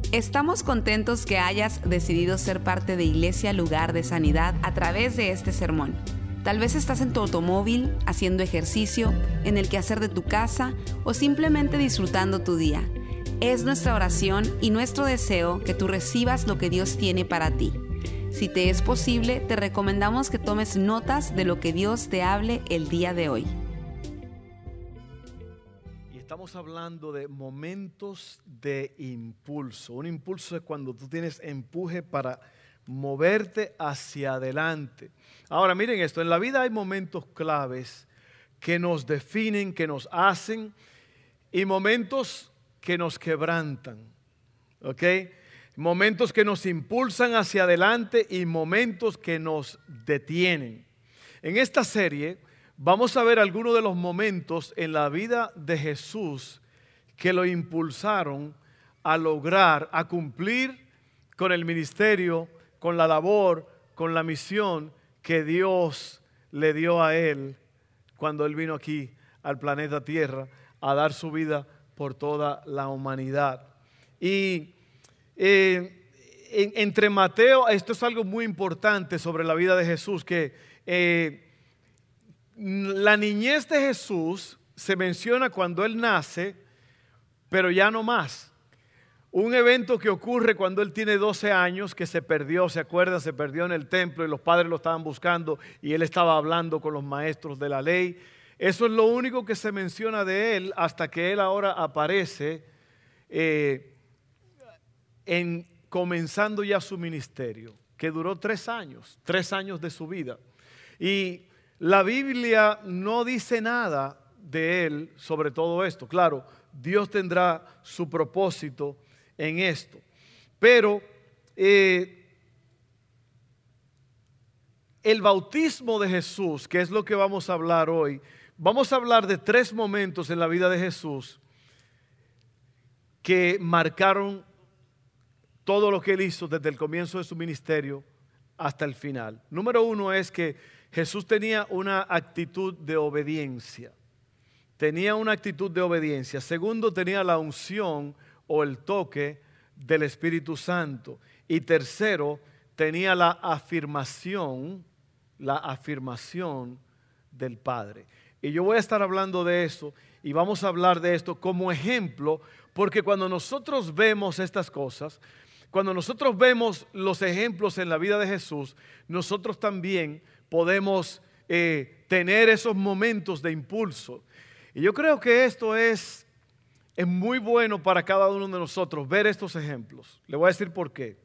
Estamos contentos que hayas decidido ser parte de Iglesia Lugar de Sanidad a través de este sermón. Tal vez estás en tu automóvil, haciendo ejercicio, en el quehacer de tu casa o simplemente disfrutando tu día. Es nuestra oración y nuestro deseo que tú recibas lo que Dios tiene para ti. Si te es posible, te recomendamos que tomes notas de lo que Dios te hable el día de hoy. Estamos hablando de momentos de impulso. Un impulso es cuando tú tienes empuje para moverte hacia adelante. Ahora miren esto, en la vida hay momentos claves que nos definen, que nos hacen, y momentos que nos quebrantan, ¿ok? Momentos que nos impulsan hacia adelante y momentos que nos detienen. En esta serie vamos a ver algunos de los momentos en la vida de Jesús que lo impulsaron a lograr, a cumplir con el ministerio, con la labor, con la misión que Dios le dio a él cuando él vino aquí al planeta Tierra a dar su vida por toda la humanidad. Y entre Mateo, esto es algo muy importante sobre la vida de Jesús, que la niñez de Jesús se menciona cuando Él nace, pero ya no más. Un evento que ocurre cuando Él tiene 12 años, que se perdió, ¿se acuerdan? Se perdió en el templo y los padres lo estaban buscando y Él estaba hablando con los maestros de la ley. Eso es lo único que se menciona de Él hasta que Él ahora aparece comenzando ya su ministerio, que duró 3 años de su vida. Y la Biblia no dice nada de él sobre todo esto. Claro, Dios tendrá su propósito en esto. Pero el bautismo de Jesús, que es lo que vamos a hablar hoy, vamos a hablar de 3 momentos en la vida de Jesús que marcaron todo lo que él hizo desde el comienzo de su ministerio hasta el final. Número 1 es que Jesús tenía una actitud de obediencia. Tenía una actitud de obediencia. Segundo, tenía la unción o el toque del Espíritu Santo. Y tercero, tenía la afirmación del Padre. Y yo voy a estar hablando de eso y vamos a hablar de esto como ejemplo, porque cuando nosotros vemos estas cosas, cuando nosotros vemos los ejemplos en la vida de Jesús, nosotros también podemos tener esos momentos de impulso. Y yo creo que esto es muy bueno para cada uno de nosotros, ver estos ejemplos. Le voy a decir por qué.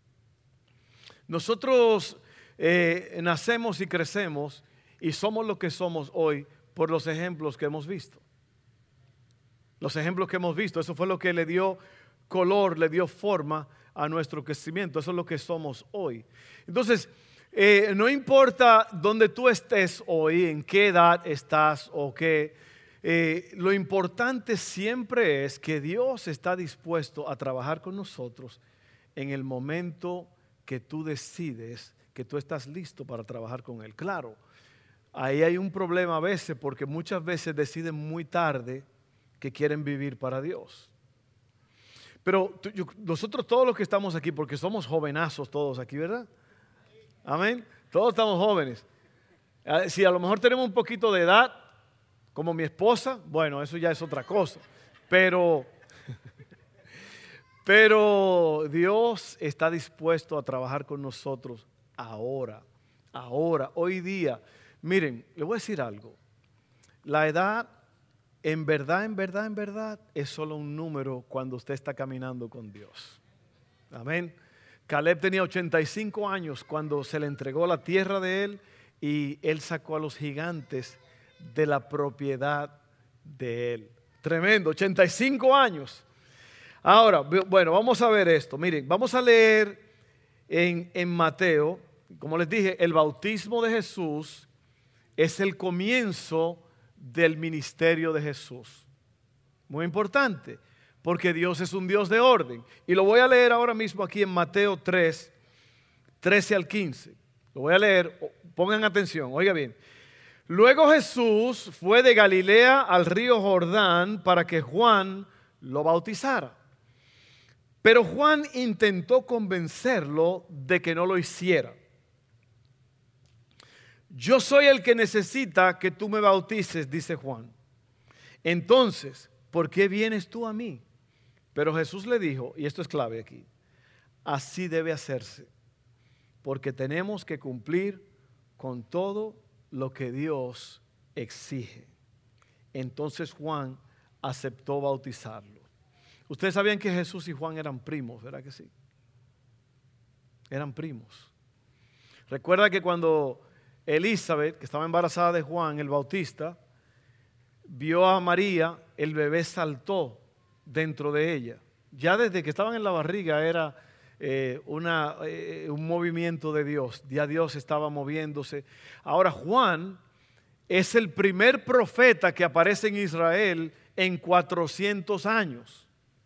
Nosotros nacemos y crecemos y somos lo que somos hoy por los ejemplos que hemos visto. Los ejemplos que hemos visto, eso fue lo que le dio color, le dio forma a nuestro crecimiento. Eso es lo que somos hoy. Entonces, no importa dónde tú estés hoy, en qué edad estás o qué, lo importante siempre es que Dios está dispuesto a trabajar con nosotros en el momento que tú decides que tú estás listo para trabajar con Él. Claro, ahí hay un problema a veces porque muchas veces deciden muy tarde que quieren vivir para Dios. Pero nosotros todos los que estamos aquí, porque somos jovenazos todos aquí, ¿verdad? Amén. Todos estamos jóvenes. Si a lo mejor tenemos un poquito de edad, como mi esposa, bueno, eso ya es otra cosa. Pero Dios está dispuesto a trabajar con nosotros ahora, hoy día. Miren, les voy a decir algo. La edad, en verdad, es solo un número cuando usted está caminando con Dios. Amén. Caleb tenía 85 años cuando se le entregó la tierra de él y él sacó a los gigantes de la propiedad de él. Tremendo, 85 años. Ahora, bueno, vamos a ver esto. Miren, vamos a leer en Mateo, como les dije, el bautismo de Jesús es el comienzo del ministerio de Jesús. Muy importante. Porque Dios es un Dios de orden. Y lo voy a leer ahora mismo aquí en Mateo 3, 13 al 15. Lo voy a leer, pongan atención, oiga bien. Luego Jesús fue de Galilea al río Jordán para que Juan lo bautizara. Pero Juan intentó convencerlo de que no lo hiciera. Yo soy el que necesita que tú me bautices, dice Juan. Entonces, ¿por qué vienes tú a mí? Pero Jesús le dijo, y esto es clave aquí, así debe hacerse, porque tenemos que cumplir con todo lo que Dios exige. Entonces Juan aceptó bautizarlo. Ustedes sabían que Jesús y Juan eran primos, ¿verdad que sí? Eran primos. Recuerda que cuando Elizabeth, que estaba embarazada de Juan el Bautista, vio a María, el bebé saltó dentro de ella. Ya desde que estaban en la barriga era un movimiento de Dios. Ya Dios estaba moviéndose. Ahora Juan es el primer profeta que aparece en Israel en 400 años.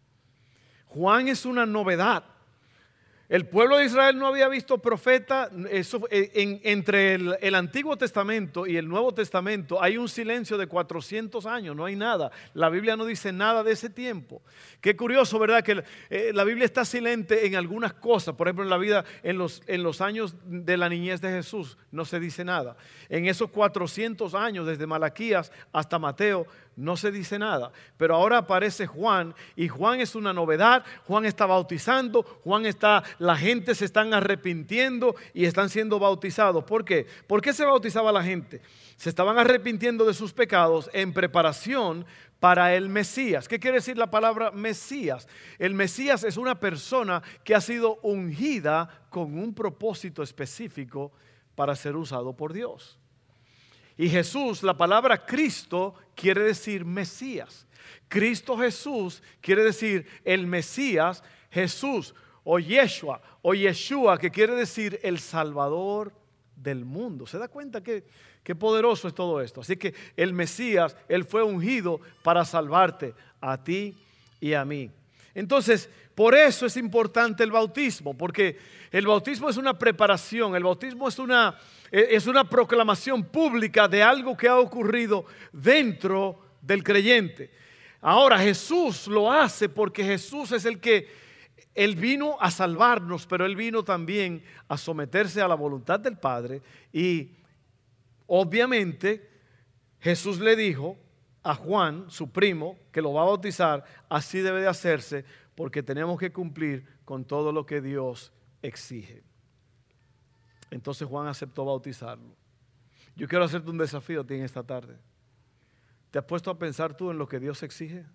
Juan es una novedad. El pueblo de Israel no había visto profeta. Entre el Antiguo Testamento y el Nuevo Testamento hay un silencio de 400 años, no hay nada. La Biblia no dice nada de ese tiempo. Qué curioso, ¿verdad? Que la Biblia está silente en algunas cosas. Por ejemplo, en la vida, en los años de la niñez de Jesús, no se dice nada. En esos 400 años, desde Malaquías hasta Mateo, no se dice nada. Pero ahora aparece Juan, y Juan es una novedad. Juan está bautizando, la gente se están arrepintiendo y están siendo bautizados. ¿Por qué? ¿Por qué se bautizaba la gente? Se estaban arrepintiendo de sus pecados en preparación para el Mesías. ¿Qué quiere decir la palabra Mesías? El Mesías es una persona que ha sido ungida con un propósito específico para ser usado por Dios. Y Jesús, la palabra Cristo quiere decir Mesías. Cristo Jesús quiere decir el Mesías, Jesús o Yeshua, que quiere decir el Salvador del mundo. ¿Se da cuenta qué poderoso es todo esto? Así que el Mesías, Él fue ungido para salvarte a ti y a mí. Entonces, por eso es importante el bautismo, porque el bautismo es una preparación, el bautismo es una proclamación pública de algo que ha ocurrido dentro del creyente. Ahora, Jesús lo hace porque Jesús es Él vino a salvarnos, pero Él vino también a someterse a la voluntad del Padre. Y obviamente Jesús le dijo a Juan, su primo, que lo va a bautizar, así debe de hacerse, porque tenemos que cumplir con todo lo que Dios exige. Entonces Juan aceptó bautizarlo. Yo quiero hacerte un desafío a ti en esta tarde. ¿Te has puesto a pensar tú en lo que Dios exige?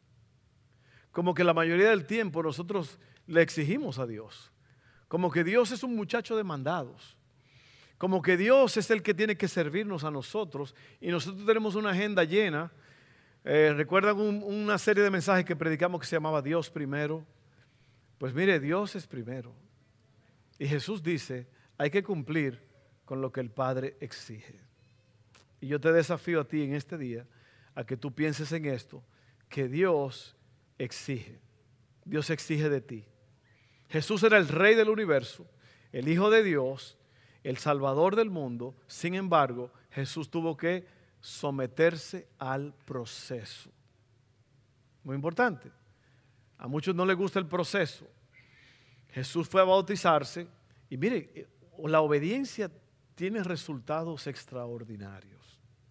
Como que la mayoría del tiempo nosotros le exigimos a Dios. Como que Dios es un muchacho de mandados. Como que Dios es el que tiene que servirnos a nosotros y nosotros tenemos una agenda llena. ¿Recuerdan una serie de mensajes que predicamos que se llamaba Dios primero? Pues mire, Dios es primero. Y Jesús dice, hay que cumplir con lo que el Padre exige. Y yo te desafío a ti en este día a que tú pienses en esto, que Dios exige. Dios exige de ti. Jesús era el Rey del universo, el Hijo de Dios, el Salvador del mundo. Sin embargo, Jesús tuvo que someterse al proceso. Muy importante. A muchos no les gusta el proceso. Jesús fue a bautizarse y mire, la obediencia tiene resultados extraordinarios.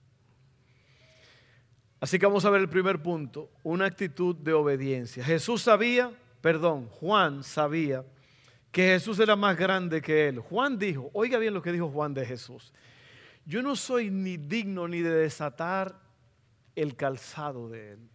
Así que vamos a ver el primer punto, una actitud de obediencia. Juan sabía que Jesús era más grande que él. Juan dijo, oiga bien lo que dijo Juan de Jesús: yo no soy ni digno ni de desatar el calzado de él.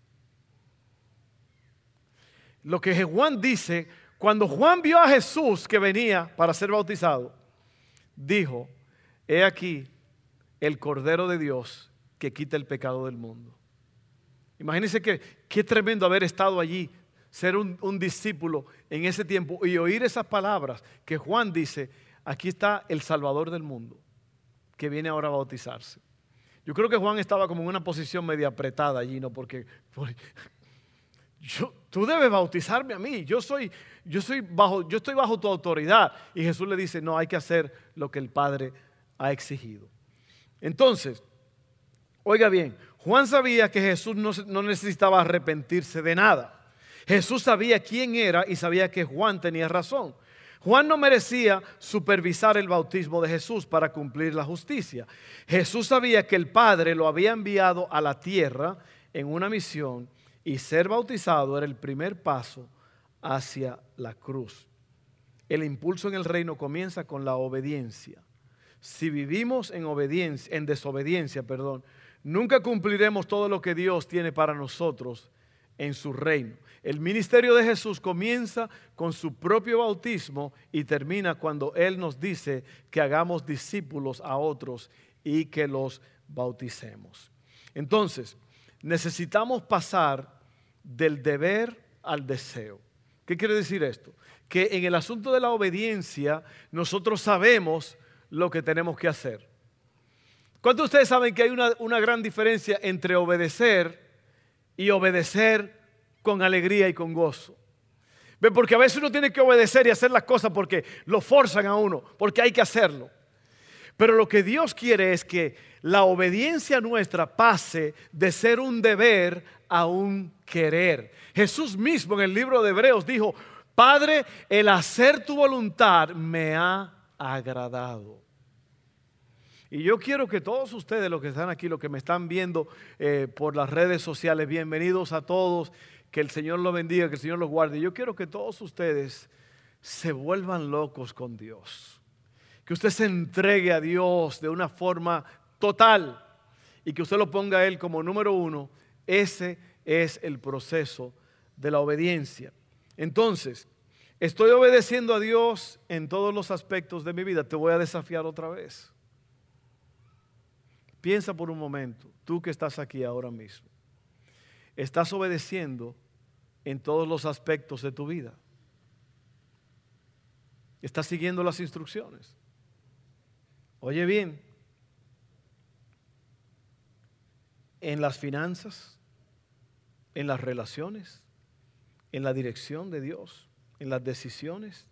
Lo que Juan dice, cuando Juan vio a Jesús que venía para ser bautizado, dijo, he aquí el Cordero de Dios que quita el pecado del mundo. Imagínense qué tremendo haber estado allí, ser un discípulo en ese tiempo y oír esas palabras que Juan dice, aquí está el Salvador del mundo, que viene ahora a bautizarse. Yo creo que Juan estaba como en una posición media apretada allí, ¿no? Porque tú debes bautizarme a mí, yo estoy bajo tu autoridad. Y Jesús le dice, no, hay que hacer lo que el Padre ha exigido. Entonces, oiga bien, Juan sabía que Jesús no necesitaba arrepentirse de nada. Jesús sabía quién era y sabía que Juan tenía razón. Juan no merecía supervisar el bautismo de Jesús para cumplir la justicia. Jesús sabía que el Padre lo había enviado a la tierra en una misión y ser bautizado era el primer paso hacia la cruz. El impulso en el reino comienza con la obediencia. Si vivimos en desobediencia, nunca cumpliremos todo lo que Dios tiene para nosotros en su reino. El ministerio de Jesús comienza con su propio bautismo y termina cuando Él nos dice que hagamos discípulos a otros y que los bauticemos. Entonces, necesitamos pasar del deber al deseo. ¿Qué quiere decir esto? Que en el asunto de la obediencia nosotros sabemos lo que tenemos que hacer. ¿Cuántos de ustedes saben que hay una gran diferencia entre obedecer y obedecer con alegría y con gozo? Porque a veces uno tiene que obedecer y hacer las cosas porque lo forzan a uno, porque hay que hacerlo. Pero lo que Dios quiere es que la obediencia nuestra pase de ser un deber a un querer. Jesús mismo en el libro de Hebreos dijo: Padre, el hacer tu voluntad me ha agradado. Y yo quiero que todos ustedes, los que están aquí, los que me están viendo por las redes sociales, bienvenidos a todos, que el Señor los bendiga, que el Señor los guarde. Yo quiero que todos ustedes se vuelvan locos con Dios, que usted se entregue a Dios de una forma total y que usted lo ponga a Él como número uno. Ese es el proceso de la obediencia. Entonces, estoy obedeciendo a Dios en todos los aspectos de mi vida. Te voy a desafiar otra vez. Piensa por un momento, tú que estás aquí ahora mismo, ¿estás obedeciendo en todos los aspectos de tu vida? ¿Estás siguiendo las instrucciones? Oye bien, en las finanzas, en las relaciones, en la dirección de Dios, en las decisiones.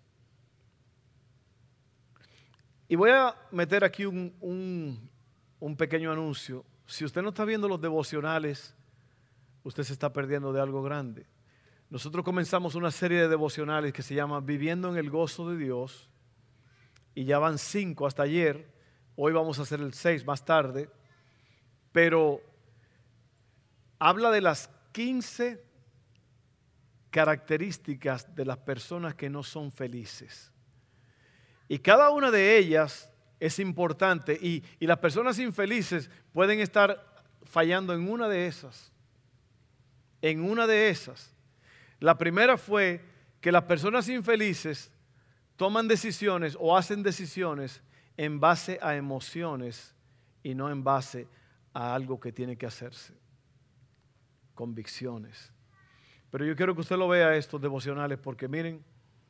Y voy a meter aquí un pequeño anuncio. Si usted no está viendo los devocionales, usted se está perdiendo de algo grande. Nosotros comenzamos una serie de devocionales que se llama Viviendo en el Gozo de Dios, y ya van 5 hasta ayer. Hoy vamos a hacer el 6 más tarde, pero habla de las 15 características de las personas que no son felices. Y cada una de ellas es importante, y las personas infelices pueden estar fallando en una de esas. En una de esas. La primera fue que las personas infelices toman decisiones o hacen decisiones en base a emociones y no en base a algo que tiene que hacerse. Convicciones. Pero yo quiero que usted lo vea estos devocionales, porque miren,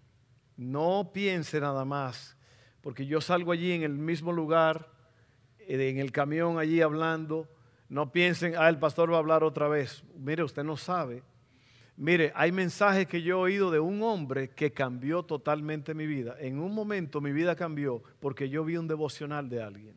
no piense nada más, porque yo salgo allí en el mismo lugar, en el camión allí hablando. No piensen, el pastor va a hablar otra vez. Mire, usted no sabe. Mire, hay mensajes que yo he oído de un hombre que cambió totalmente mi vida. En un momento mi vida cambió porque yo vi un devocional de alguien.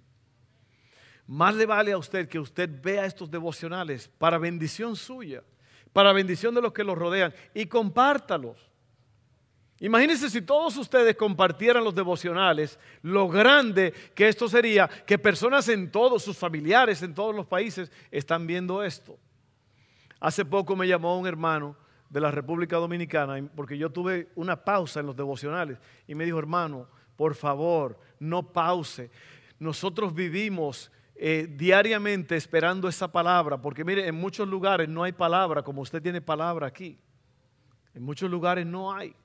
Más le vale a usted que usted vea estos devocionales para bendición suya, para bendición de los que los rodean, y compártalos. Imagínense si todos ustedes compartieran los devocionales, lo grande que esto sería, que personas en todos, sus familiares en todos los países están viendo esto. Hace poco me llamó un hermano de la República Dominicana, porque yo tuve una pausa en los devocionales, y me dijo: hermano, por favor, no pause. Nosotros vivimos diariamente esperando esa palabra, porque mire, en muchos lugares no hay palabra como usted tiene palabra aquí. En muchos lugares no hay.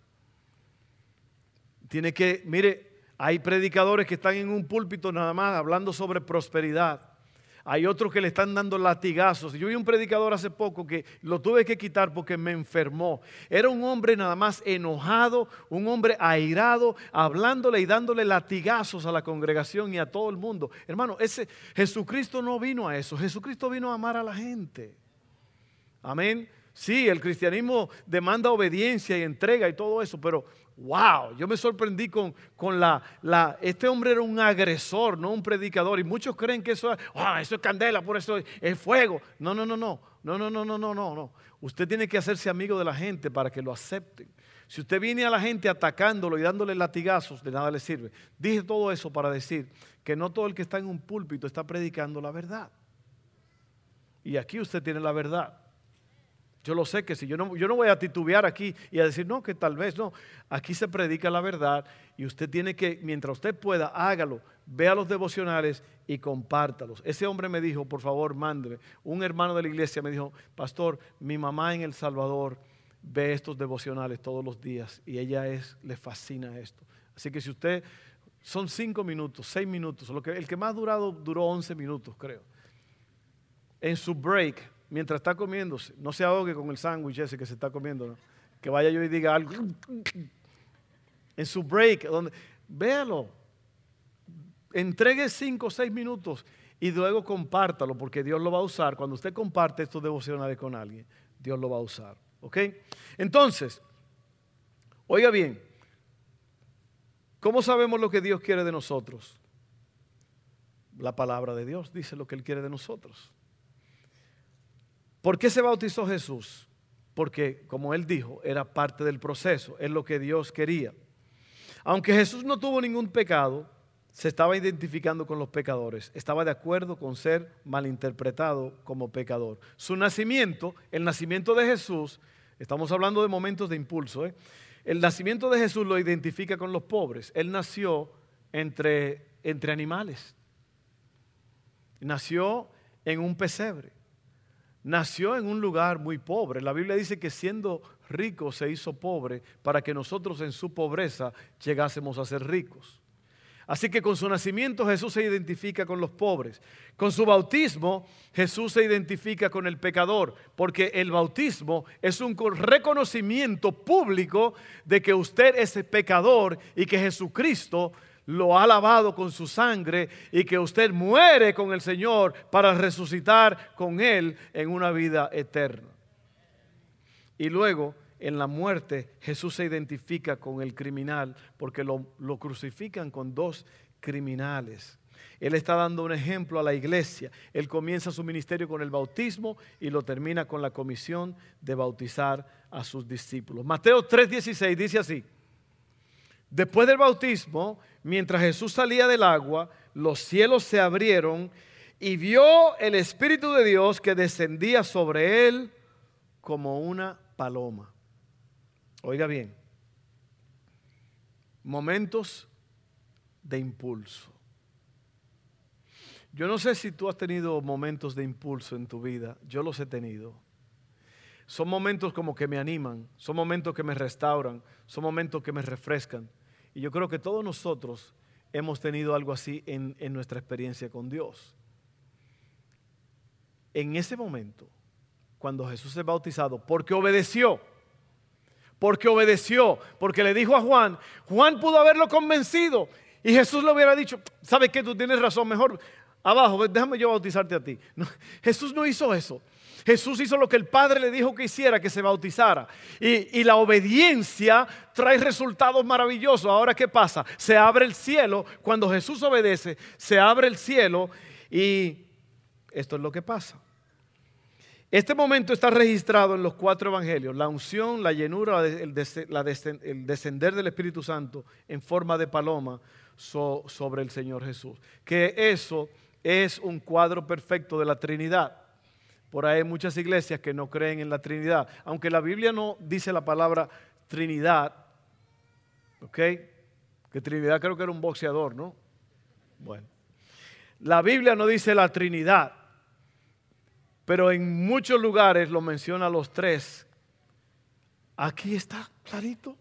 Tiene que, mire, hay predicadores que están en un púlpito nada más hablando sobre prosperidad. Hay otros que le están dando latigazos. Yo vi un predicador hace poco que lo tuve que quitar porque me enfermó. Era un hombre nada más enojado, un hombre airado, hablándole y dándole latigazos a la congregación y a todo el mundo. Hermano, Jesucristo no vino a eso. Jesucristo vino a amar a la gente. Amén. Sí, el cristianismo demanda obediencia y entrega y todo eso, pero wow, yo me sorprendí con este hombre era un agresor, no un predicador, y muchos creen que eso es candela, por eso es fuego. No, no, no, no, no, no, no, no, no, no, no. Usted tiene que hacerse amigo de la gente para que lo acepten. Si usted viene a la gente atacándolo y dándole latigazos, de nada le sirve. Dije todo eso para decir que no todo el que está en un púlpito está predicando la verdad. Y aquí usted tiene la verdad. Yo lo sé que si yo no voy a titubear aquí y a decir, no, que tal vez no. Aquí se predica la verdad y usted tiene que, mientras usted pueda, hágalo, vea los devocionales y compártalos. Ese hombre me dijo, por favor, mándeme. Un hermano de la iglesia me dijo, pastor, mi mamá en El Salvador ve estos devocionales todos los días y le fascina esto. Así que si usted, son 5 minutos, 6 minutos, el que más duró 11 minutos, creo. En su break, mientras está comiéndose, no se ahogue con el sándwich ese que se está comiendo, ¿no? Que vaya yo y diga algo. En su break, véalo, entregue 5 o 6 minutos y luego compártalo, porque Dios lo va a usar. Cuando usted comparte estos devocionales con alguien, Dios lo va a usar. ¿Ok? Entonces, oiga bien, ¿cómo sabemos lo que Dios quiere de nosotros? La palabra de Dios dice lo que Él quiere de nosotros. ¿Por qué se bautizó Jesús? Porque, como Él dijo, era parte del proceso, es lo que Dios quería. Aunque Jesús no tuvo ningún pecado, se estaba identificando con los pecadores, estaba de acuerdo con ser malinterpretado como pecador. Su nacimiento, el nacimiento de Jesús, estamos hablando de momentos de impulso, el nacimiento de Jesús lo identifica con los pobres. Él nació entre animales, nació en un pesebre. Nació en un lugar muy pobre. La Biblia dice que siendo rico se hizo pobre para que nosotros en su pobreza llegásemos a ser ricos. Así que con su nacimiento Jesús se identifica con los pobres. Con su bautismo Jesús se identifica con el pecador, porque el bautismo es un reconocimiento público de que usted es pecador y que Jesucristo lo ha lavado con su sangre y que usted muere con el Señor para resucitar con Él en una vida eterna. Y luego, en la muerte, Jesús se identifica con el criminal porque lo crucifican con 2 criminales. Él está dando un ejemplo a la iglesia. Él comienza su ministerio con el bautismo y lo termina con la comisión de bautizar a sus discípulos. Mateo 3:16 dice así: después del bautismo, mientras Jesús salía del agua, los cielos se abrieron y vio el Espíritu de Dios que descendía sobre él como una paloma. Oiga bien, momentos de impulso. Yo no sé si tú has tenido momentos de impulso en tu vida, yo los he tenido. Son momentos como que me animan, son momentos que me restauran, son momentos que me refrescan. Y yo creo que todos nosotros hemos tenido algo así en nuestra experiencia con Dios. En ese momento, cuando Jesús es bautizado, porque le dijo a Juan, Juan pudo haberlo convencido y Jesús le hubiera dicho, ¿sabes qué? Tú tienes razón, mejor abajo, déjame yo bautizarte a ti. No, Jesús no hizo eso. Jesús hizo lo que el Padre le dijo que hiciera, que se bautizara. Y la obediencia trae resultados maravillosos. Ahora, ¿qué pasa? Se abre el cielo. Cuando Jesús obedece, se abre el cielo y esto es lo que pasa. Este momento está registrado en los 4 evangelios: la unción, la llenura, el descender del Espíritu Santo en forma de paloma sobre el Señor Jesús. Que eso es un cuadro perfecto de la Trinidad. Por ahí hay muchas iglesias que no creen en la Trinidad, aunque la Biblia no dice la palabra Trinidad, ¿ok? Que Trinidad creo que era un boxeador, ¿no? Bueno, la Biblia no dice la Trinidad, pero en muchos lugares lo menciona los 3. Aquí está clarito.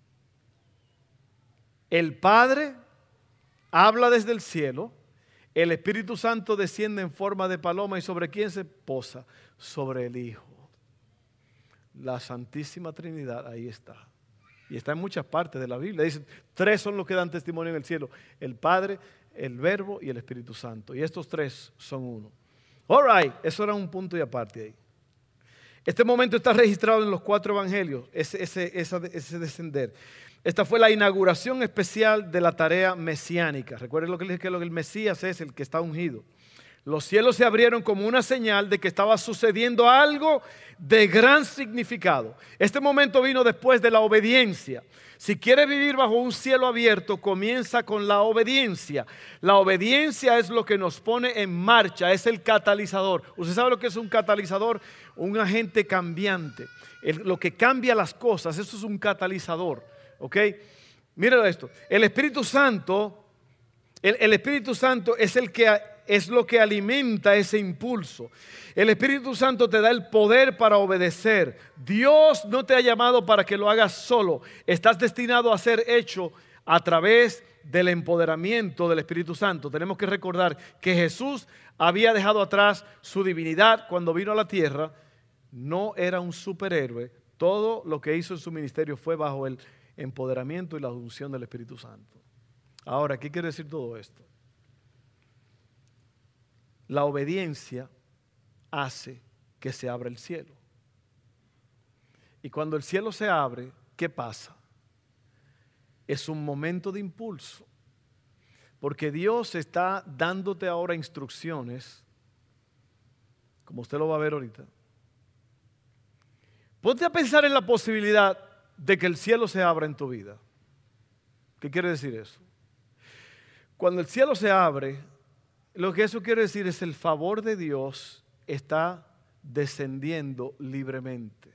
El Padre habla desde el cielo. El Espíritu Santo desciende en forma de paloma. ¿Y sobre quién se posa? Sobre el Hijo. La Santísima Trinidad ahí está. Y está en muchas partes de la Biblia. Dicen, 3 son los que dan testimonio en el cielo: el Padre, el Verbo y el Espíritu Santo. Y estos 3 son uno. All right, eso era un punto y aparte ahí. Este momento está registrado en los 4 evangelios, ese descender. Esta fue la inauguración especial de la tarea mesiánica. Recuerden lo que les dije, que el Mesías es el que está ungido. Los cielos se abrieron como una señal de que estaba sucediendo algo de gran significado. Este momento vino después de la obediencia. Si quieres vivir bajo un cielo abierto, comienza con la obediencia. La obediencia es lo que nos pone en marcha, es el catalizador. ¿Usted sabe lo que es un catalizador? Un agente cambiante. Lo que cambia las cosas, eso es un catalizador. ¿Ok? Míralo esto. El Espíritu Santo, el Espíritu Santo es lo que alimenta ese impulso. El Espíritu Santo te da el poder para obedecer. Dios no te ha llamado para que lo hagas solo. Estás destinado a ser hecho a través del empoderamiento del Espíritu Santo. Tenemos que recordar que Jesús había dejado atrás su divinidad cuando vino a la tierra. No era un superhéroe. Todo lo que hizo en su ministerio fue bajo el empoderamiento y la unción del Espíritu Santo. Ahora, ¿qué quiere decir todo esto? La obediencia hace que se abra el cielo. Y cuando el cielo se abre, ¿qué pasa? Es un momento de impulso. Porque Dios está dándote ahora instrucciones, como usted lo va a ver ahorita. Ponte a pensar en la posibilidad de que el cielo se abra en tu vida. ¿Qué quiere decir eso? Cuando el cielo se abre, lo que eso quiere decir es el favor de Dios está descendiendo libremente.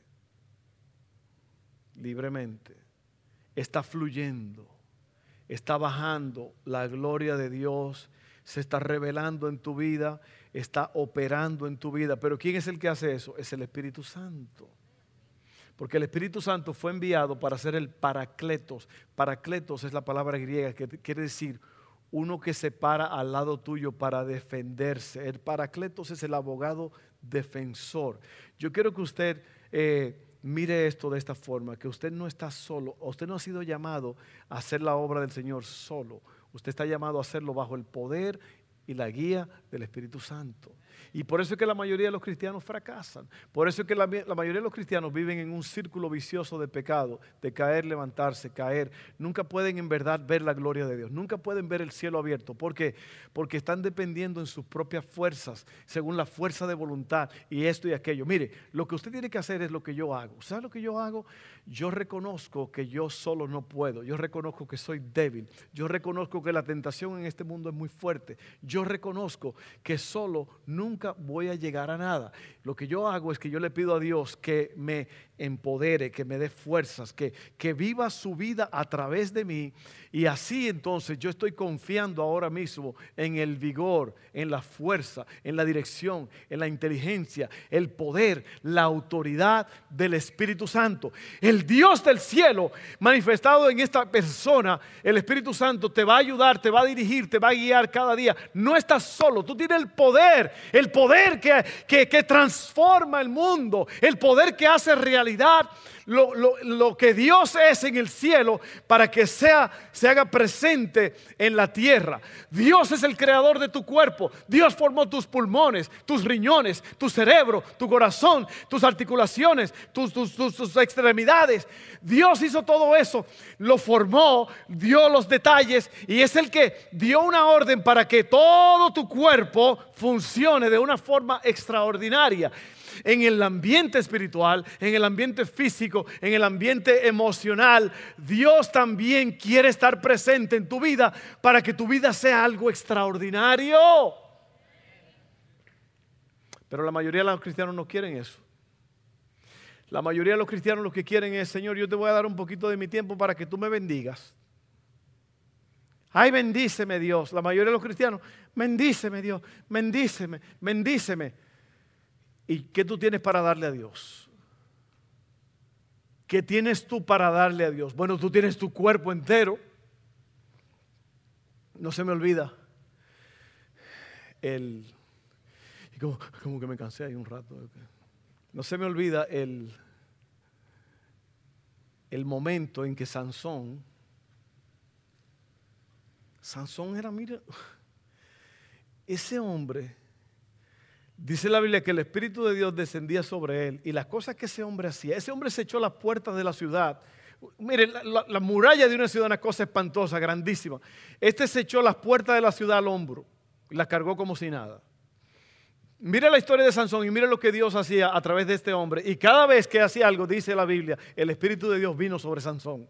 Libremente. Está fluyendo. Está bajando la gloria de Dios. Se está revelando en tu vida. Está operando en tu vida. Pero ¿quién es el que hace eso? Es el Espíritu Santo. Porque el Espíritu Santo fue enviado para ser el Paracletos. Paracletos es la palabra griega que quiere decir uno que se para al lado tuyo para defenderse. El Paracletos es el abogado defensor. Yo quiero que usted mire esto de esta forma, que usted no está solo. Usted no ha sido llamado a hacer la obra del Señor solo. Usted está llamado a hacerlo bajo el poder y la guía del Espíritu Santo. Y por eso es que la mayoría de los cristianos fracasan. Por eso es que la mayoría de los cristianos viven en un círculo vicioso de pecado, de caer, levantarse, caer. Nunca pueden en verdad ver la gloria de Dios. Nunca pueden ver el cielo abierto. ¿Por qué? Porque están dependiendo en sus propias fuerzas, según la fuerza de voluntad y esto y aquello. Mire, lo que usted tiene que hacer es lo que yo hago. ¿Sabe lo que yo hago? Yo reconozco que yo solo no puedo. Yo reconozco que soy débil. Yo reconozco que la tentación en este mundo es muy fuerte. Yo reconozco que solo nunca voy a llegar a nada. Lo que yo hago es que yo le pido a Dios que me empodere, que me dé fuerzas, que viva su vida a través de mí. Y así entonces yo estoy confiando ahora mismo en el vigor, en la fuerza, en la dirección, en la inteligencia, el poder, la autoridad del Espíritu Santo. El Dios del cielo manifestado en esta persona, el Espíritu Santo te va a ayudar, te va a dirigir, te va a guiar cada día. No estás solo, tú tienes el poder que transforma el mundo, el poder que hace realidad lo que Dios es en el cielo para que se haga presente en la tierra. Dios es el creador de tu cuerpo. Dios formó tus pulmones, tus riñones, tu cerebro, tu corazón, tus articulaciones, tus extremidades. Dios hizo todo eso, lo formó, dio los detalles y es el que dio una orden para que todo tu cuerpo funcione de una forma extraordinaria. En el ambiente espiritual, en el ambiente físico, en el ambiente emocional, Dios también quiere estar presente en tu vida para que tu vida sea algo extraordinario. Pero la mayoría de los cristianos no quieren eso. La mayoría de los cristianos lo que quieren es: Señor, yo te voy a dar un poquito de mi tiempo para que tú me bendigas. Ay, bendíceme Dios. La mayoría de los cristianos: bendíceme Dios, bendíceme, bendíceme. ¿Y qué tú tienes para darle a Dios? ¿Qué tienes tú para darle a Dios? Bueno, tú tienes tu cuerpo entero. No se me olvida como que me cansé ahí un rato. No se me olvida el momento en que Sansón era, mira, ese hombre Dice la Biblia que el Espíritu de Dios descendía sobre él y las cosas que ese hombre hacía, ese hombre se echó a las puertas de la ciudad. Miren, la muralla de una ciudad es una cosa espantosa, grandísima. Este se echó las puertas de la ciudad al hombro y las cargó como si nada. Mira la historia de Sansón y mira lo que Dios hacía a través de este hombre. Y cada vez que hacía algo, dice la Biblia, el Espíritu de Dios vino sobre Sansón.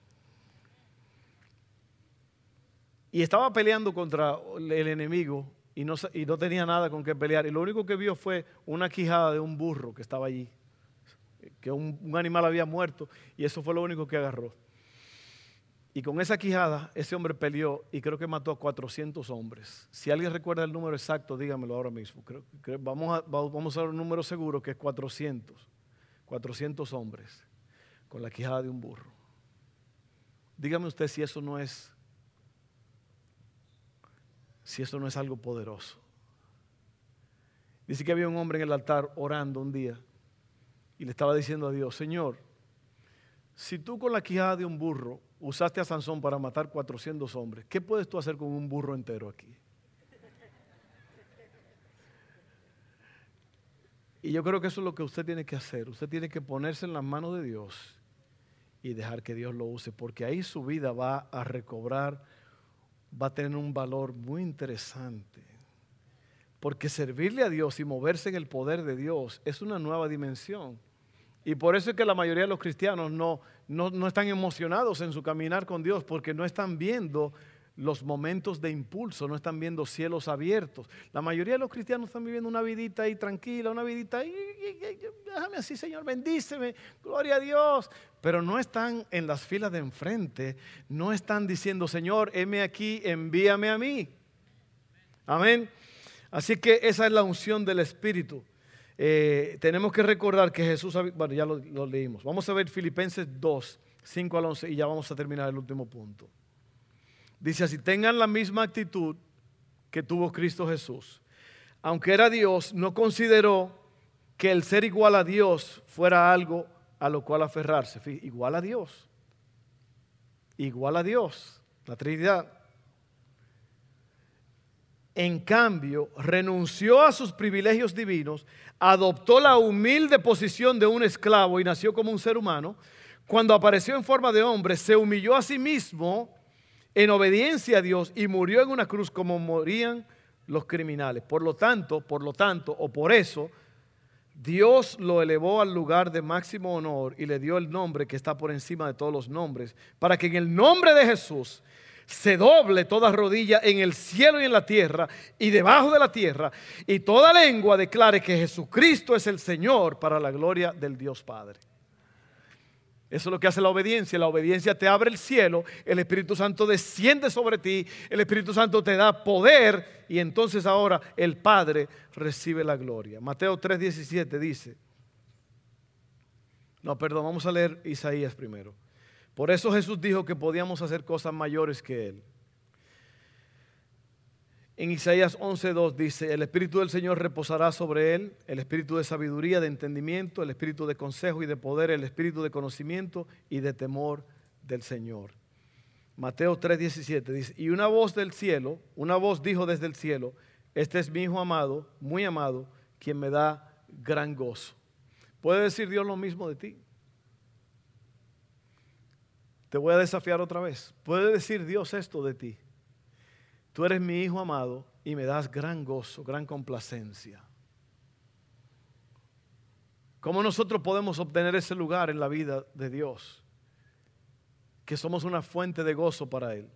Y estaba peleando contra el enemigo y no tenía nada con qué pelear. Y lo único que vio fue una quijada de un burro que estaba allí, que un animal había muerto, y eso fue lo único que agarró. Y con esa quijada ese hombre peleó y creo que mató a 400 hombres. Si alguien recuerda el número exacto, dígamelo ahora mismo. Vamos a dar un número seguro que es 400. 400 hombres con la quijada de un burro. Dígame usted si eso no es algo poderoso. Dice que había un hombre en el altar orando un día y le estaba diciendo a Dios: Señor, si tú con la quijada de un burro usaste a Sansón para matar 400 hombres, ¿qué puedes tú hacer con un burro entero aquí? Y yo creo que eso es lo que usted tiene que hacer. Usted tiene que ponerse en las manos de Dios y dejar que Dios lo use, porque ahí su vida va a recobrar, va a tener un valor muy interesante. Porque servirle a Dios y moverse en el poder de Dios es una nueva dimensión. Y por eso es que la mayoría de los cristianos no están emocionados en su caminar con Dios, porque no están viendo los momentos de impulso, no están viendo cielos abiertos. La mayoría de los cristianos están viviendo una vidita ahí tranquila, una vidita ahí, déjame así, Señor, bendíceme, gloria a Dios. Pero no están en las filas de enfrente, no están diciendo: Señor, heme aquí, envíame a mí. Amén. Así que esa es la unción del Espíritu. Tenemos que recordar que Jesús, bueno, ya lo leímos. Vamos a ver Filipenses 2, 5 al 11 y ya vamos a terminar el último punto. Dice así: tengan la misma actitud que tuvo Cristo Jesús. Aunque era Dios, no consideró que el ser igual a Dios fuera algo a lo cual aferrarse. Igual a Dios. Igual a Dios, la Trinidad. En cambio, renunció a sus privilegios divinos, adoptó la humilde posición de un esclavo y nació como un ser humano. Cuando apareció en forma de hombre, se humilló a sí mismo en obediencia a Dios y murió en una cruz como morían los criminales. Por eso, Dios lo elevó al lugar de máximo honor y le dio el nombre que está por encima de todos los nombres, para que en el nombre de Jesús se doble toda rodilla en el cielo y en la tierra y debajo de la tierra, y toda lengua declare que Jesucristo es el Señor, para la gloria del Dios Padre. Eso es lo que hace la obediencia. La obediencia te abre el cielo, el Espíritu Santo desciende sobre ti, el Espíritu Santo te da poder y entonces ahora el Padre recibe la gloria. Mateo 3:17 dice, vamos a leer Isaías primero. Por eso Jesús dijo que podíamos hacer cosas mayores que Él. En Isaías 11:2 dice: el Espíritu del Señor reposará sobre Él, el Espíritu de sabiduría, de entendimiento, el Espíritu de consejo y de poder, el Espíritu de conocimiento y de temor del Señor. Mateo 3:17 dice: y una voz del cielo, una voz dijo desde el cielo: este es mi Hijo amado, muy amado, quien me da gran gozo. ¿Puede decir Dios lo mismo de ti? Te voy a desafiar otra vez. ¿Puede decir Dios esto de ti? Tú eres mi Hijo amado y me das gran gozo, gran complacencia. ¿Cómo nosotros podemos obtener ese lugar en la vida de Dios? Que somos una fuente de gozo para Él.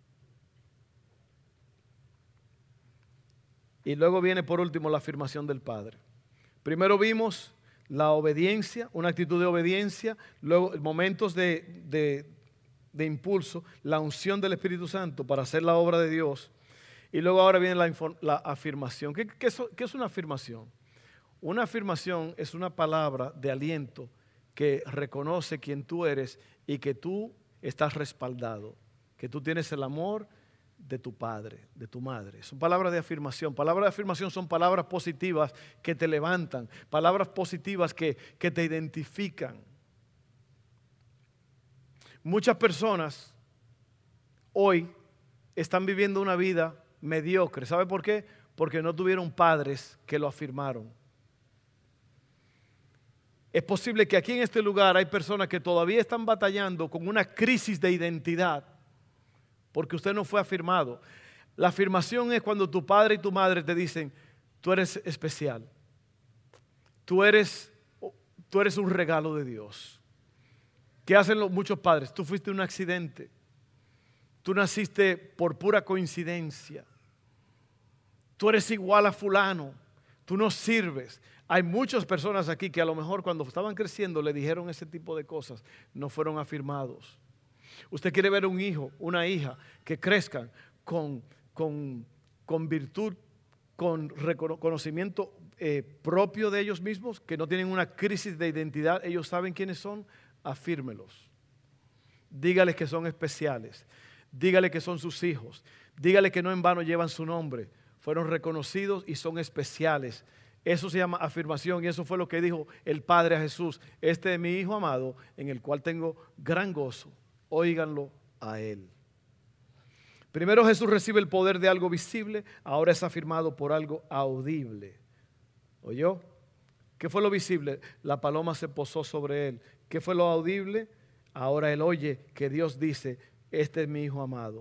Y luego viene por último la afirmación del Padre. Primero vimos la obediencia, una actitud de obediencia, luego momentos de impulso, la unción del Espíritu Santo para hacer la obra de Dios. Y luego ahora viene la afirmación. ¿Qué es una afirmación? Una afirmación es una palabra de aliento que reconoce quién tú eres y que tú estás respaldado, que tú tienes el amor de tu padre, de tu madre. Son palabras de afirmación. Palabras de afirmación son palabras positivas que te levantan, palabras positivas que te identifican. Muchas personas hoy están viviendo una vida mediocre. ¿Sabe por qué? porque no tuvieron padres que lo afirmaron. Es posible que aquí en este lugar hay personas que todavía están batallando con una crisis de identidad porque usted no fue afirmado. La afirmación es cuando tu padre y tu madre te dicen, tú eres especial, tú eres un regalo de Dios. ¿Qué hacen muchos padres? Tú fuiste un accidente, tú naciste por pura coincidencia, tú eres igual a fulano, tú no sirves. Hay muchas personas aquí que a lo mejor cuando estaban creciendo le dijeron ese tipo de cosas, no fueron afirmados. Usted quiere ver un hijo, una hija que crezcan con virtud, con reconocimiento propio de ellos mismos, que no tienen una crisis de identidad, ellos saben quiénes son, afírmelos. Dígales que son especiales, dígale que son sus hijos, dígale que no en vano llevan su nombre, fueron reconocidos y son especiales. Eso se llama afirmación y eso fue lo que dijo el Padre a Jesús. Este es mi Hijo amado en el cual tengo gran gozo. Óiganlo a Él. Primero Jesús recibe el poder de algo visible, ahora es afirmado por algo audible. ¿Oyó? ¿Qué fue lo visible? La paloma se posó sobre Él. ¿Qué fue lo audible? Ahora Él oye que Dios dice, este es mi Hijo amado.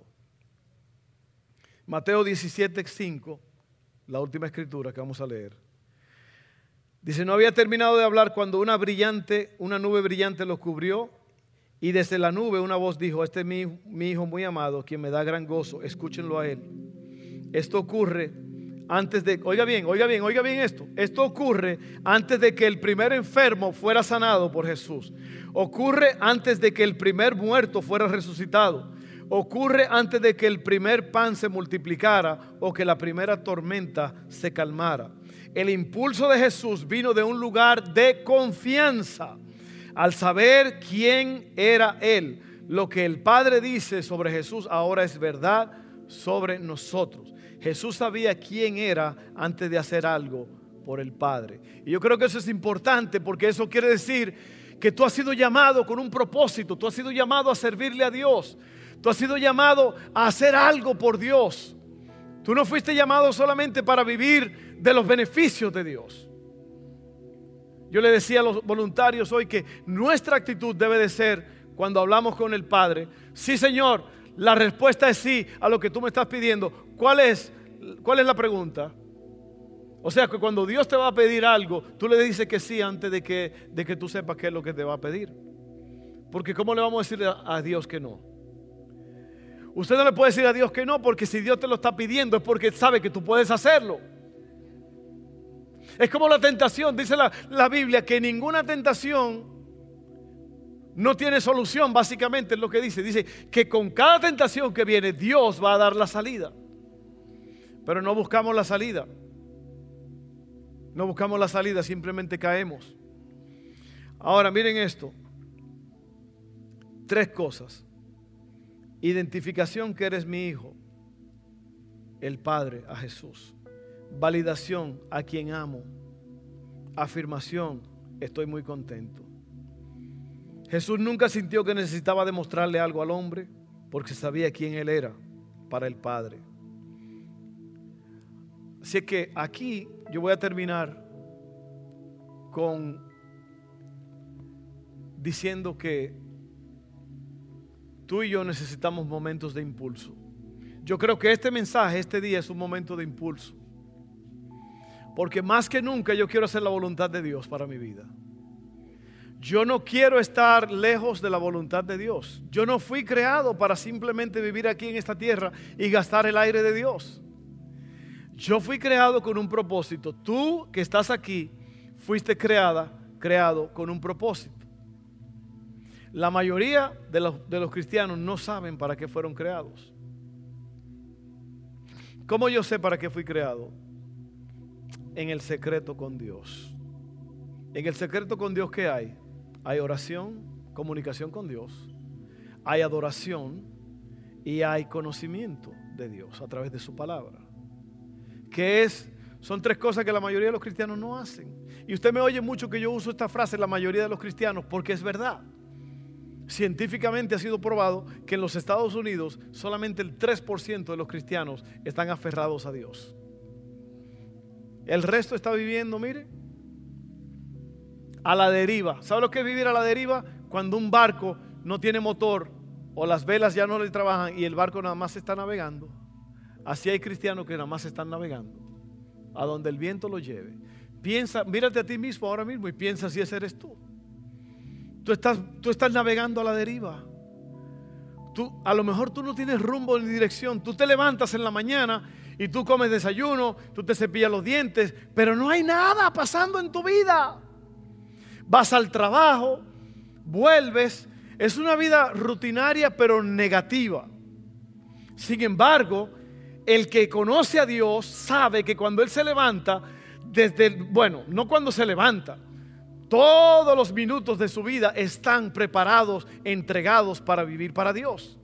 Mateo 17:5, la última escritura que vamos a leer. Dice, no había terminado de hablar cuando una nube brillante lo cubrió y desde la nube una voz dijo, este es mi hijo muy amado, quien me da gran gozo, escúchenlo a él. Esto ocurre antes de, oiga bien esto. Esto ocurre antes de que el primer enfermo fuera sanado por Jesús. Ocurre antes de que el primer muerto fuera resucitado. Ocurre antes de que el primer pan se multiplicara o que la primera tormenta se calmara. El impulso de Jesús vino de un lugar de confianza. Al saber quién era Él, lo que el Padre dice sobre Jesús ahora es verdad sobre nosotros. Jesús sabía quién era antes de hacer algo por el Padre. Y yo creo que eso es importante porque eso quiere decir que tú has sido llamado con un propósito. Tú has sido llamado a servirle a Dios. Tú has sido llamado a hacer algo por Dios. Tú no fuiste llamado solamente para vivir de los beneficios de Dios. Yo le decía a los voluntarios hoy que nuestra actitud debe de ser cuando hablamos con el Padre. Sí, Señor, la respuesta es sí a lo que tú me estás pidiendo. ¿Cuál es la pregunta? O sea que cuando Dios te va a pedir algo, tú le dices que sí antes de que tú sepas qué es lo que te va a pedir. Porque ¿cómo le vamos a decir a Dios que no? Usted no le puede decir a Dios que no, porque si Dios te lo está pidiendo es porque sabe que tú puedes hacerlo. Es como la tentación, dice la Biblia, que ninguna tentación no tiene solución, básicamente es lo que dice. Dice que con cada tentación que viene, Dios va a dar la salida. Pero no buscamos la salida. No buscamos la salida, simplemente caemos. Ahora miren esto. 3 cosas. Identificación que eres mi hijo, el Padre a Jesús. Validación a quien amo. Afirmación, estoy muy contento. Jesús nunca sintió que necesitaba demostrarle algo al hombre porque sabía quién él era para el Padre. Así que aquí yo voy a terminar diciendo que tú y yo necesitamos momentos de impulso. Yo creo que este mensaje, este día es un momento de impulso. Porque más que nunca yo quiero hacer la voluntad de Dios para mi vida. Yo no quiero estar lejos de la voluntad de Dios. Yo no fui creado para simplemente vivir aquí en esta tierra y gastar el aire de Dios. Yo fui creado con un propósito. Tú que estás aquí fuiste creado con un propósito. La mayoría de los cristianos no saben para qué fueron creados. ¿Cómo yo sé para qué fui creado? En el secreto con Dios. En el secreto con Dios, ¿qué hay? Hay oración, comunicación con Dios, hay adoración y hay conocimiento de Dios a través de su palabra. Son 3 cosas que la mayoría de los cristianos no hacen. Y usted me oye mucho que yo uso esta frase, la mayoría de los cristianos, porque es verdad. Científicamente ha sido probado que en los Estados Unidos solamente el 3% de los cristianos están aferrados a Dios. El resto está viviendo, mire, a la deriva. ¿Sabe lo que es vivir a la deriva? Cuando un barco no tiene motor o las velas ya no le trabajan y el barco nada más está navegando. Así hay cristianos que nada más están navegando a donde el viento lo lleve. Piensa, mírate a ti mismo ahora mismo y piensa si ese eres tú. Tú estás navegando a la deriva. A lo mejor tú no tienes rumbo ni dirección. Tú te levantas en la mañana y tú comes desayuno, tú te cepillas los dientes, pero no hay nada pasando en tu vida. Vas al trabajo, vuelves. Es una vida rutinaria pero negativa. Sin embargo, el que conoce a Dios sabe que cuando Él se levanta, no cuando se levanta, todos los minutos de su vida están preparados, entregados para vivir para Dios.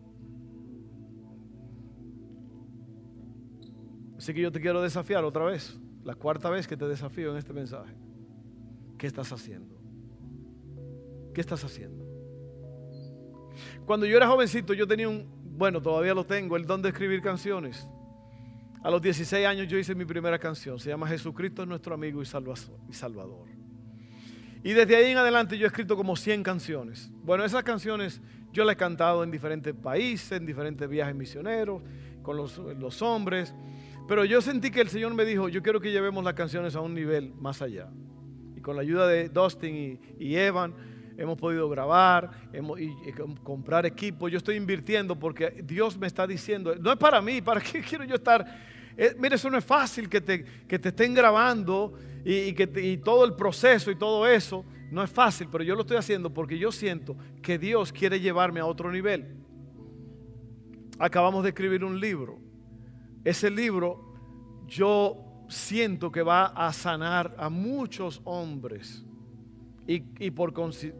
Así que yo te quiero desafiar otra vez, la cuarta vez que te desafío en este mensaje. ¿Qué estás haciendo? ¿Qué estás haciendo? Cuando yo era jovencito, yo tenía todavía lo tengo, el don de escribir canciones. A los 16 años yo hice mi primera canción, se llama Jesucristo es nuestro amigo y Salvador. Y desde ahí en adelante yo he escrito como 100 canciones. Bueno, esas canciones yo las he cantado en diferentes países, en diferentes viajes misioneros, con los hombres. Pero yo sentí que el Señor me dijo, yo quiero que llevemos las canciones a un nivel más allá. Y con la ayuda de Dustin y Evan, hemos podido grabar y comprar equipo. Yo estoy invirtiendo porque Dios me está diciendo, no es para mí, ¿para qué quiero yo estar? Mira, eso no es fácil que te estén grabando y todo el proceso y todo eso. No es fácil, pero yo lo estoy haciendo porque yo siento que Dios quiere llevarme a otro nivel. Acabamos de escribir un libro. Ese libro yo siento que va a sanar a muchos hombres y por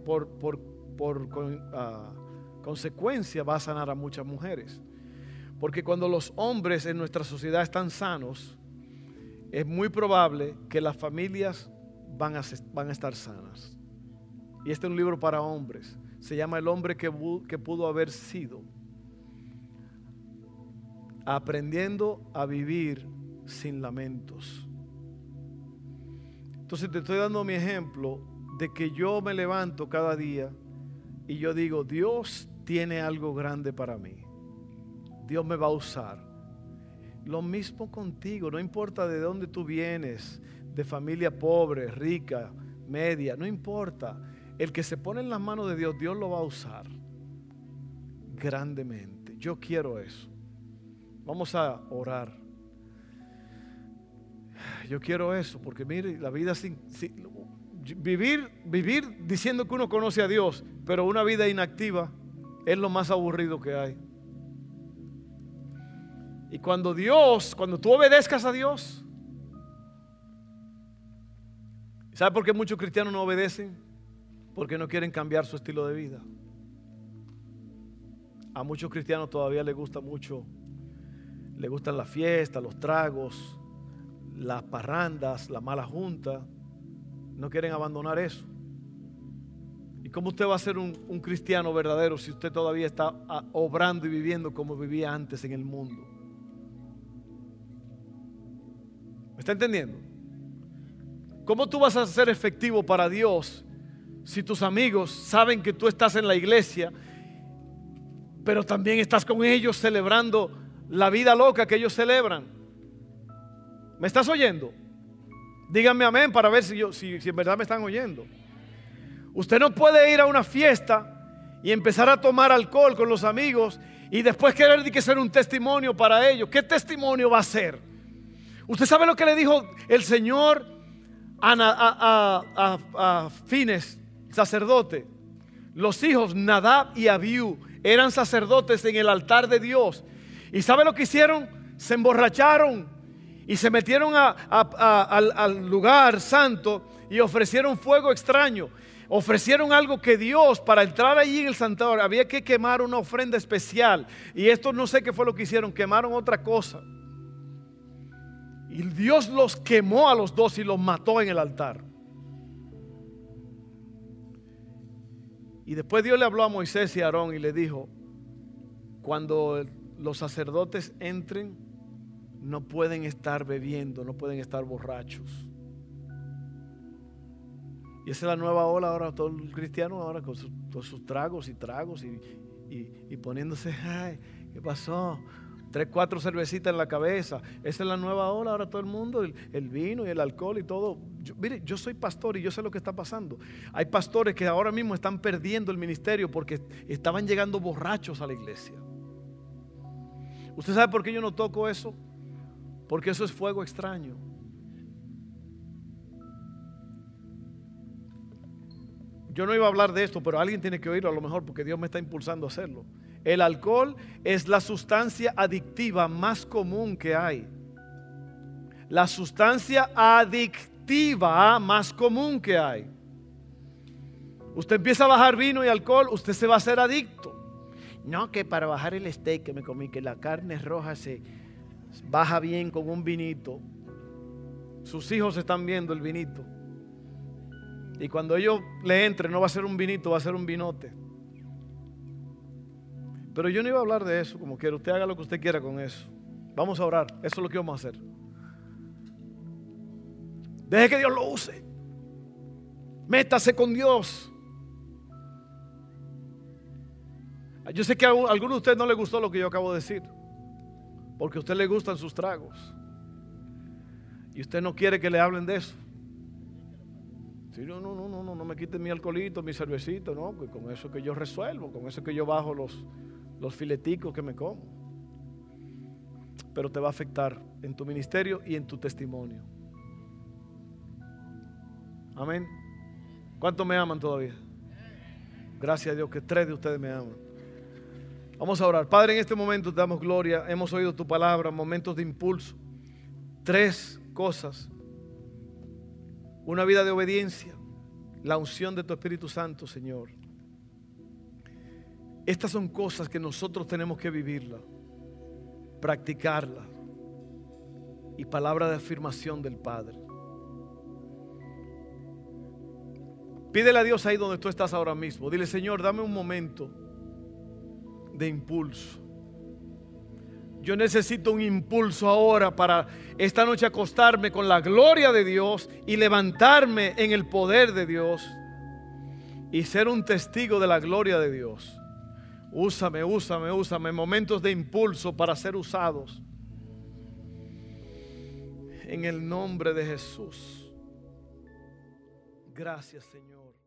consecuencia va a sanar a muchas mujeres. Porque cuando los hombres en nuestra sociedad están sanos, es muy probable que las familias van a estar sanas. Y este es un libro para hombres. Se llama El hombre que pudo haber sido. Aprendiendo a vivir sin lamentos. Entonces te estoy dando mi ejemplo de que yo me levanto cada día y yo digo, Dios tiene algo grande para mí. Dios me va a usar. Lo mismo contigo, no importa de dónde tú vienes, de familia pobre, rica, media, no importa. El que se pone en las manos de Dios, Dios lo va a usar grandemente. Yo quiero eso. Vamos a orar. Yo quiero eso, porque mire, la vida vivir diciendo que uno conoce a Dios, pero una vida inactiva es lo más aburrido que hay. Y cuando tú obedezcas a Dios, ¿sabe por qué muchos cristianos no obedecen? Porque no quieren cambiar su estilo de vida. A muchos cristianos todavía les gustan las fiestas, los tragos, las parrandas, la mala junta. No quieren abandonar eso. ¿Y cómo usted va a ser un cristiano verdadero si usted todavía está obrando y viviendo como vivía antes en el mundo? ¿Me está entendiendo? ¿Cómo tú vas a ser efectivo para Dios si tus amigos saben que tú estás en la iglesia, pero también estás con ellos celebrando la vida loca que ellos celebran? ¿Me estás oyendo? Díganme amén para ver si en verdad me están oyendo. Usted no puede ir a una fiesta y empezar a tomar alcohol con los amigos y después querer que ser un testimonio para ellos. ¿Qué testimonio va a ser? ¿Usted sabe lo que le dijo el Señor a Fines, sacerdote? Los hijos Nadab y Abiú eran sacerdotes en el altar de Dios. ¿Y sabe lo que hicieron? Se emborracharon y se metieron al lugar santo y ofrecieron fuego extraño. Ofrecieron algo que Dios, para entrar allí en el santuario, había que quemar una ofrenda especial. Y esto no sé qué fue lo que hicieron, quemaron otra cosa. Y Dios los quemó a los dos y los mató en el altar. Y después Dios le habló a Moisés y a Aarón y le dijo: cuando los sacerdotes entren no pueden estar bebiendo, no pueden estar borrachos. Y esa es la nueva ola ahora, todo el cristiano ahora con todos sus tragos y poniéndose, ay, ¿qué pasó? 3, 4 cervecitas en la cabeza. Esa es la nueva ola ahora, todo el mundo, el vino y el alcohol y todo. Mire, yo soy pastor y yo sé lo que está pasando. Hay pastores que ahora mismo están perdiendo el ministerio porque estaban llegando borrachos a la iglesia. ¿Usted sabe por qué yo no toco eso? Porque eso es fuego extraño. Yo no iba a hablar de esto, pero alguien tiene que oírlo a lo mejor porque Dios me está impulsando a hacerlo. El alcohol es la sustancia adictiva más común que hay. La sustancia adictiva más común que hay. Usted empieza a bajar vino y alcohol, usted se va a hacer adicto. No, que para bajar el steak que me comí, que la carne roja se baja bien con un vinito. Sus hijos están viendo el vinito. Y cuando ellos le entren, no va a ser un vinito, va a ser un vinote. Pero yo no iba a hablar de eso como quiera. Usted haga lo que usted quiera con eso. Vamos a orar. Eso es lo que vamos a hacer. Deje que Dios lo use. Métase con Dios. Yo sé que a alguno de ustedes no le gustó lo que yo acabo de decir. Porque a usted le gustan sus tragos. Y usted no quiere que le hablen de eso. Sí, no me quiten mi alcoholito, mi cervecito, no, pues con eso que yo resuelvo, con eso que yo bajo los fileticos que me como. Pero te va a afectar en tu ministerio y en tu testimonio. Amén. ¿Cuántos me aman todavía? Gracias a Dios que 3 de ustedes me aman. Vamos a orar. Padre, en este momento te damos gloria. Hemos oído tu palabra, momentos de impulso. 3 cosas. Una vida de obediencia, la unción de tu Espíritu Santo, Señor. Estas son cosas que nosotros tenemos que vivirlas, practicarlas. Y palabra de afirmación del Padre. Pídele a Dios ahí donde tú estás ahora mismo. Dile, Señor, dame un momento de impulso. Yo necesito un impulso ahora para esta noche acostarme con la gloria de Dios y levantarme en el poder de Dios y ser un testigo de la gloria de Dios. Úsame en momentos de impulso para ser usados. En el nombre de Jesús. Gracias, Señor.